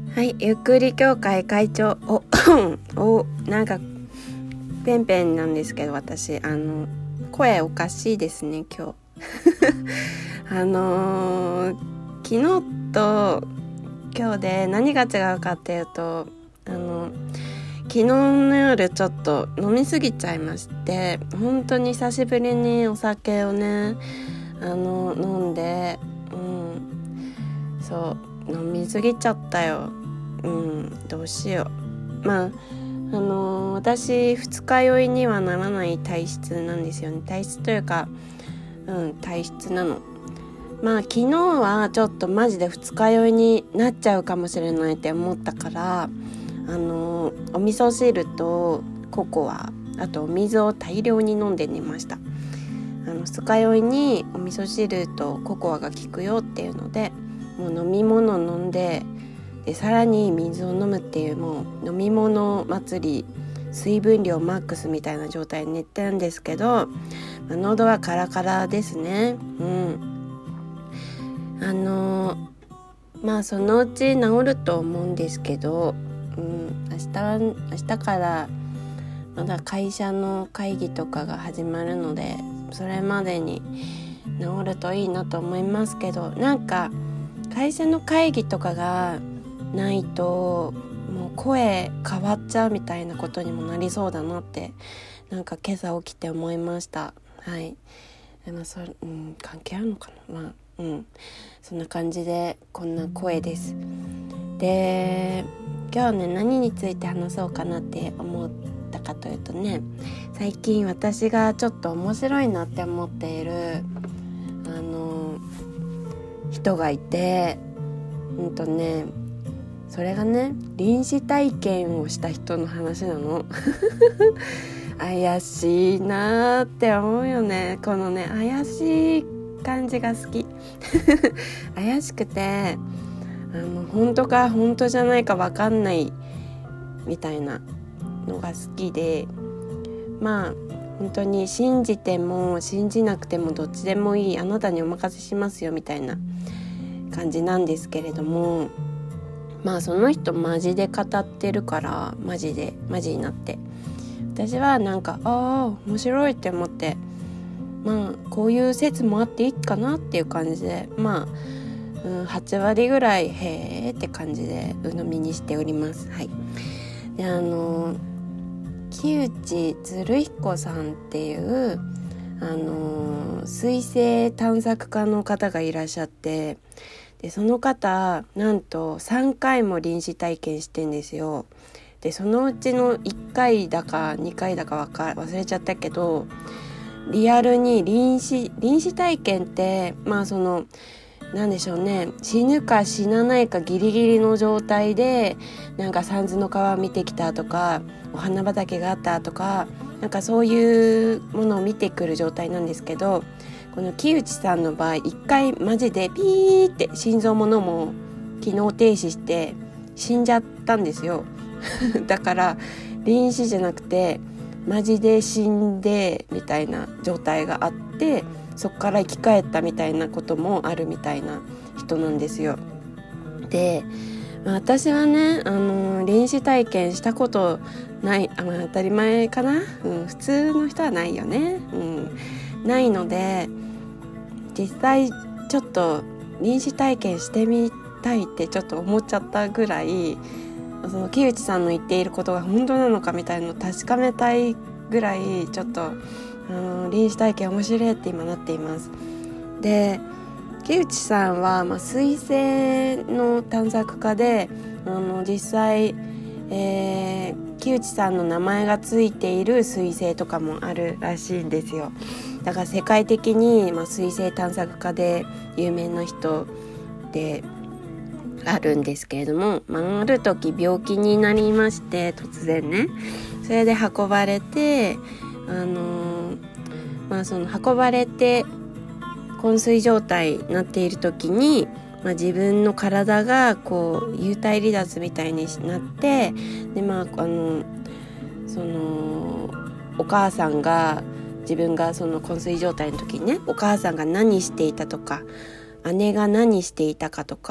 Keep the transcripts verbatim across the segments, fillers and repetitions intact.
はい、ゆっくり協会会長おおなんかペンペンなんですけど、私あの声おかしいですね今日あのー、昨日と今日で何が違うかっていうと、あの昨日の夜ちょっと飲みすぎちゃいまして、本当に久しぶりにお酒をねあの飲んで、うんそう飲みすぎちゃったよ。うんどうしよう。まああのー、私二日酔いにはならない体質なんですよね。体質というかうん体質なの。まあ昨日はちょっとマジで二日酔いになっちゃうかもしれないって思ったから、あのー、お味噌汁とココア、あとお水を大量に飲んで寝ました。あの二日酔いにお味噌汁とココアが効くよっていうので、もう飲み物飲んで、でさらに水を飲むっていう、もう飲み物祭り、水分量マックスみたいな状態に寝てるんですけど、まあ、喉はカラカラですね。うんあのー、まあそのうち治ると思うんですけど、うん、明日は明日からまだ会社の会議とかが始まるので、それまでに治るといいなと思いますけど、なんか会社の会議とかがないともう声変わっちゃうみたいなことにもなりそうだなって、なんか今朝起きて思いました。はい。でもそれ、うん、関係あるのかな。まあうん、そんな感じでこんな声です。で今日ね何について話そうかなって思ったかというとね、最近私がちょっと面白いなって思っているあの人がいて、うんとねそれがね臨死体験をした人の話なの怪しいなって思うよね。このね怪しい感じが好き怪しくて、あの本当か本当じゃないか分かんないみたいなのが好きで、まあ本当に信じても信じなくてもどっちでもいい、あなたにお任せしますよみたいな感じなんですけれども、まあその人マジで語ってるからマジでマジになって、私はなんかああ面白いって思って、まあこういう説もあっていいかなっていう感じで、まあ、うん、はちわりぐらいへーって感じで鵜呑みにしております。はい。であの木内鶴彦さんっていうあの水星探索家の方がいらっしゃって、でその方なんとさんかいも臨死体験してんですよ。でそのうちのいっかいだかにかいだかわか忘れちゃったけど、リアルに臨死臨死体験って、まあそのなんでしょうね、死ぬか死なないかギリギリの状態で、なんか三途の川見てきたとか、お花畑があったとか、なんかそういうものを見てくる状態なんですけど、この木内さんの場合一回マジでピーって心臓も脳も機能停止して死んじゃったんですよだから臨死じゃなくてマジで死んでみたいな状態があって、そこから生き返ったみたいなこともあるみたいな人なんですよ。で、まあ、私はね、あのー、臨死体験したことない、あ、まあ、当たり前かな、うん、普通の人はないよね、うん、ないので実際ちょっと臨死体験してみたいってちょっと思っちゃったぐらい、その木内さんの言っていることが本当なのかみたいなのを確かめたいぐらい、ちょっとあの臨死体験面白いって今なっています。で木内さんは、まあ、水星の探索家で、あの実際、えー、木内さんの名前がついている水星とかもあるらしいんですよ。だから世界的に、まあ、水星探索家で有名な人であるんですけれども、まあ、ある時病気になりまして、突然ねそれで運ばれて、あのーまあ、その運ばれて昏睡状態になっている時に、まあ、自分の体がこう幽体離脱みたいになって、で、まあ、あのそのお母さんが自分がその昏睡状態の時にね、お母さんが何していたとか、姉が何していたかとか、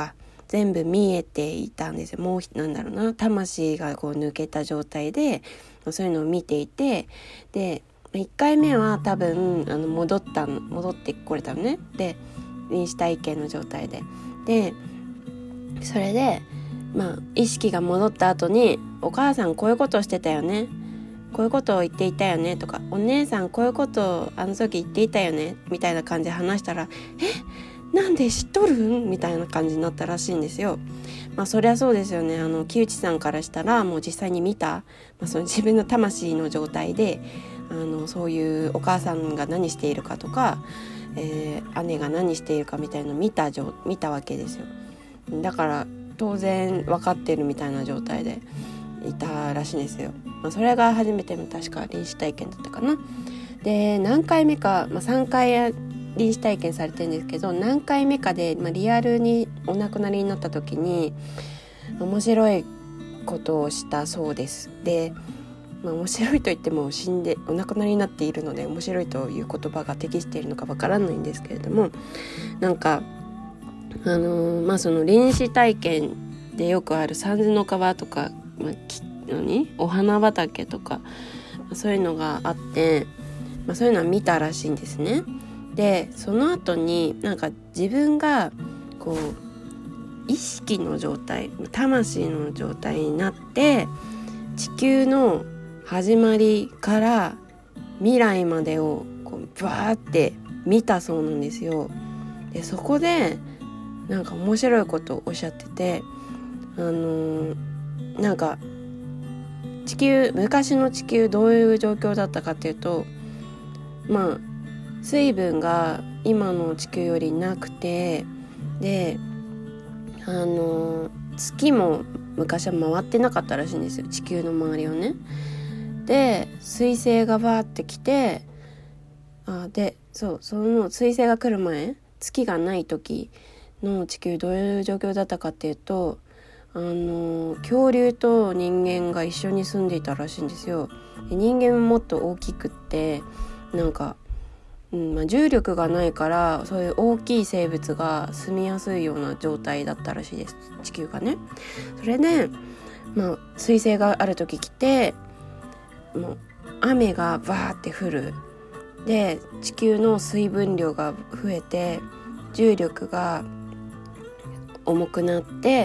全部見えていたんですよ。もうなんだろうな、魂がこう抜けた状態でそういうのを見ていて、でいっかいめは多分あの戻ったの戻ってこれたのね。で臨死体験の状態ででそれでまあ意識が戻った後に、お母さんこういうことをしてたよね、こういうことを言っていたよねとか、お姉さんこういうことをあの時言っていたよねみたいな感じで話したら、えなんで知っとるんみたいな感じになったらしいんですよ。まあそりゃそうですよね。あの木内さんからしたらもう実際に見た、まあ、その自分の魂の状態であのそういうお母さんが何しているかとか、えー、姉が何しているかみたいなのを見た見たわけですよ。だから当然分かってるみたいな状態でいたらしいんですよ。まあ、それが初めての確か臨死体験だったかな。で何回目か、まあ、さんかい臨死体験されてるんですけど、何回目かで、まあ、リアルにお亡くなりになった時に面白いことをしたそうです。で、まあ、面白いと言っても死んでお亡くなりになっているので面白いという言葉が適しているのかわからないんですけれども、なんかあのー、まあその臨死体験でよくある三途の川とか、まあ、き何お花畑とか、まあ、そういうのがあって、まあ、そういうのは見たらしいんですね。でその後になんか自分がこう意識の状態、魂の状態になって地球の始まりから未来までをこうバーって見たそうなんですよ。でそこでなんか面白いことをおっしゃってて、あのー、なんか地球昔の地球どういう状況だったかっていうと、まあ水分が今の地球よりなくて、であの月も昔は回ってなかったらしいんですよ、地球の周りをね。で水星がバーって来て、あでそうその水星が来る前、月がない時の地球どういう状況だったかっていうと、あの恐竜と人間が一緒に住んでいたらしいんですよ。で人間ももっと大きくってなんかうんまあ、重力がないからそういう大きい生物が住みやすいような状態だったらしいです、地球がね。それで、まあ、水星がある時来てもう雨がバーって降る。で地球の水分量が増えて重力が重くなって、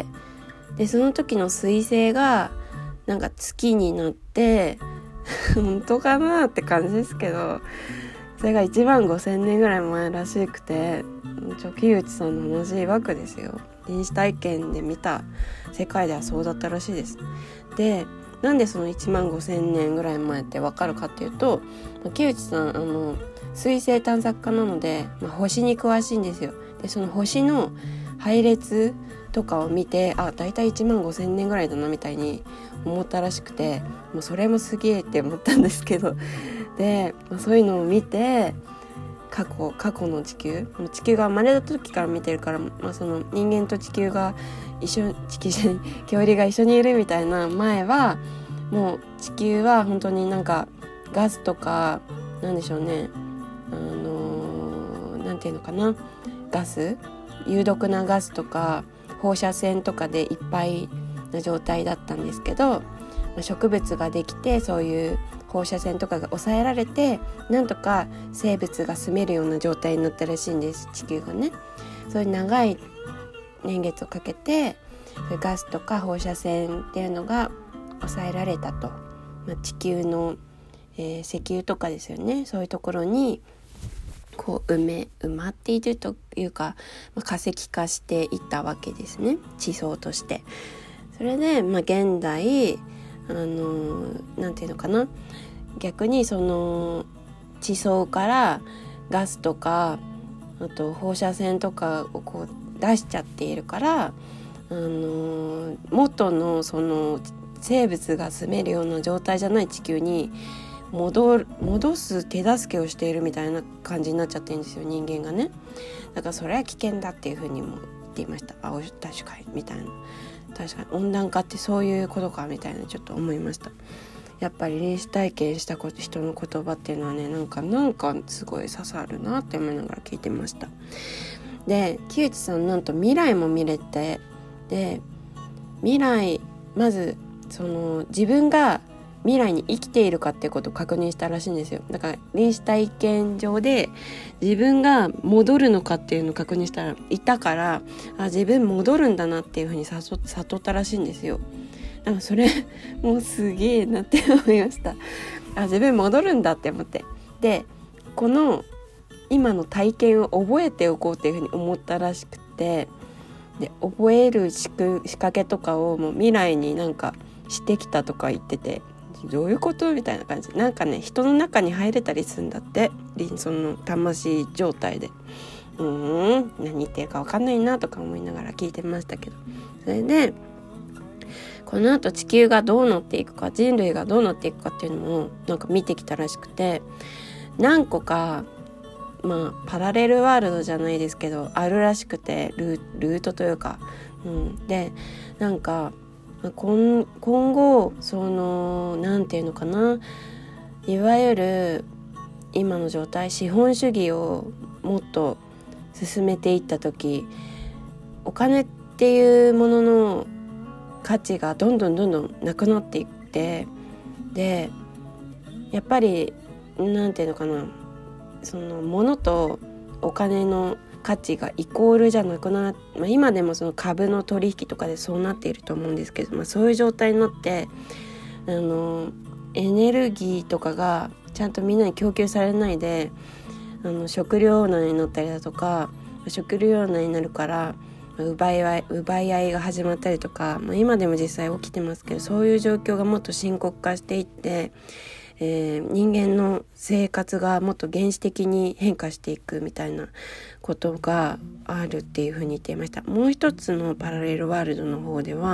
でその時の水星がなんか月になって本当かなって感じですけど、それがいちまんごせんねんぐらい前らしくて、木内さんの話曰くですよ、臨死体験で見た世界ではそうだったらしいです。でなんでそのいちまんごせんねんぐらい前って分かるかっていうと、木内さんあの水星探索家なので、まあ、星に詳しいんですよ。でその星の配列とかを見て、あだいたいいちまんごせんねんぐらいだなみたいに思ったらしくて、もうそれもすげえって思ったんですけどで、まあ、そういうのを見て過去過去の地球地球が生まれた時から見てるから、まあ、その人間と地球が一緒地球じゃない恐竜が一緒にいるみたいな前はもう地球は本当になんかガスとかなんでしょうね、あのー、なんていうのかな、ガス有毒なガスとか放射線とかでいっぱいな状態だったんですけど、まあ、植物ができてそういう放射線とかが抑えられてなんとか生物が住めるような状態になったらしいんです、地球がね。そういう長い年月をかけてガスとか放射線っていうのが抑えられたと、まあ、地球の、えー、石油とかですよね、そういうところにこう埋め埋まっているというか、まあ、化石化していったわけですね、地層として。それで、まあ、現代あのなんていうのかな、逆にその地層からガスとかあと放射線とかをこう出しちゃっているから、あの元のその生物が住めるような状態じゃない地球に戻る戻す手助けをしているみたいな感じになっちゃってるんですよ、人間がね。だからそれは危険だっていうふうにも言っていました。あ、確かにみたいな、確かに温暖化ってそういうことかみたいなちょっと思いました。やっぱり臨死体験した人の言葉っていうのはね、なんかなんかすごい刺さるなって思いながら聞いてました。で木内さんなんと未来も見れてで未来まずその自分が未来に生きているかっていうことを確認したらしいんですよ。だから臨死体験上で自分が戻るのかっていうのを確認したらいたから、あ自分戻るんだなっていうふうに悟ったらしいんですよ。だからそれもうすげえなって思いました。あ自分戻るんだって思って、でこの今の体験を覚えておこうっていうふうに思ったらしくて、で覚える仕掛けとかをもう未来になんかしてきたとか言ってて、どういうことみたいな感じ。なんかね人の中に入れたりするんだって、その魂状態で。うーん何言ってるか分かんないなとか思いながら聞いてましたけど、それでこの後地球がどうなっていくか、人類がどうなっていくかっていうのもなんか見てきたらしくて、何個かまあパラレルワールドじゃないですけどあるらしくて、ルー、ルートというか、うん、でなんか今, 今後そのなんていうのかな、いわゆる今の状態資本主義をもっと進めていった時、お金っていうものの価値がどんどんどんどんなくなっていって、でやっぱりなんていうのかな、その物とお金の価値がイコールじゃなくな、まあ、今でもその株の取引とかでそうなっていると思うんですけど、まあ、そういう状態になってあのエネルギーとかがちゃんとみんなに供給されないで、あの食糧難になったりだとか、食糧難になるから奪い合い、奪い合いが始まったりとか、まあ、今でも実際起きてますけど、そういう状況がもっと深刻化していって、えー、人間の生活がもっと原始的に変化していくみたいなことがあるっていうふうに言っていました。もう一つのパラレルワールドの方では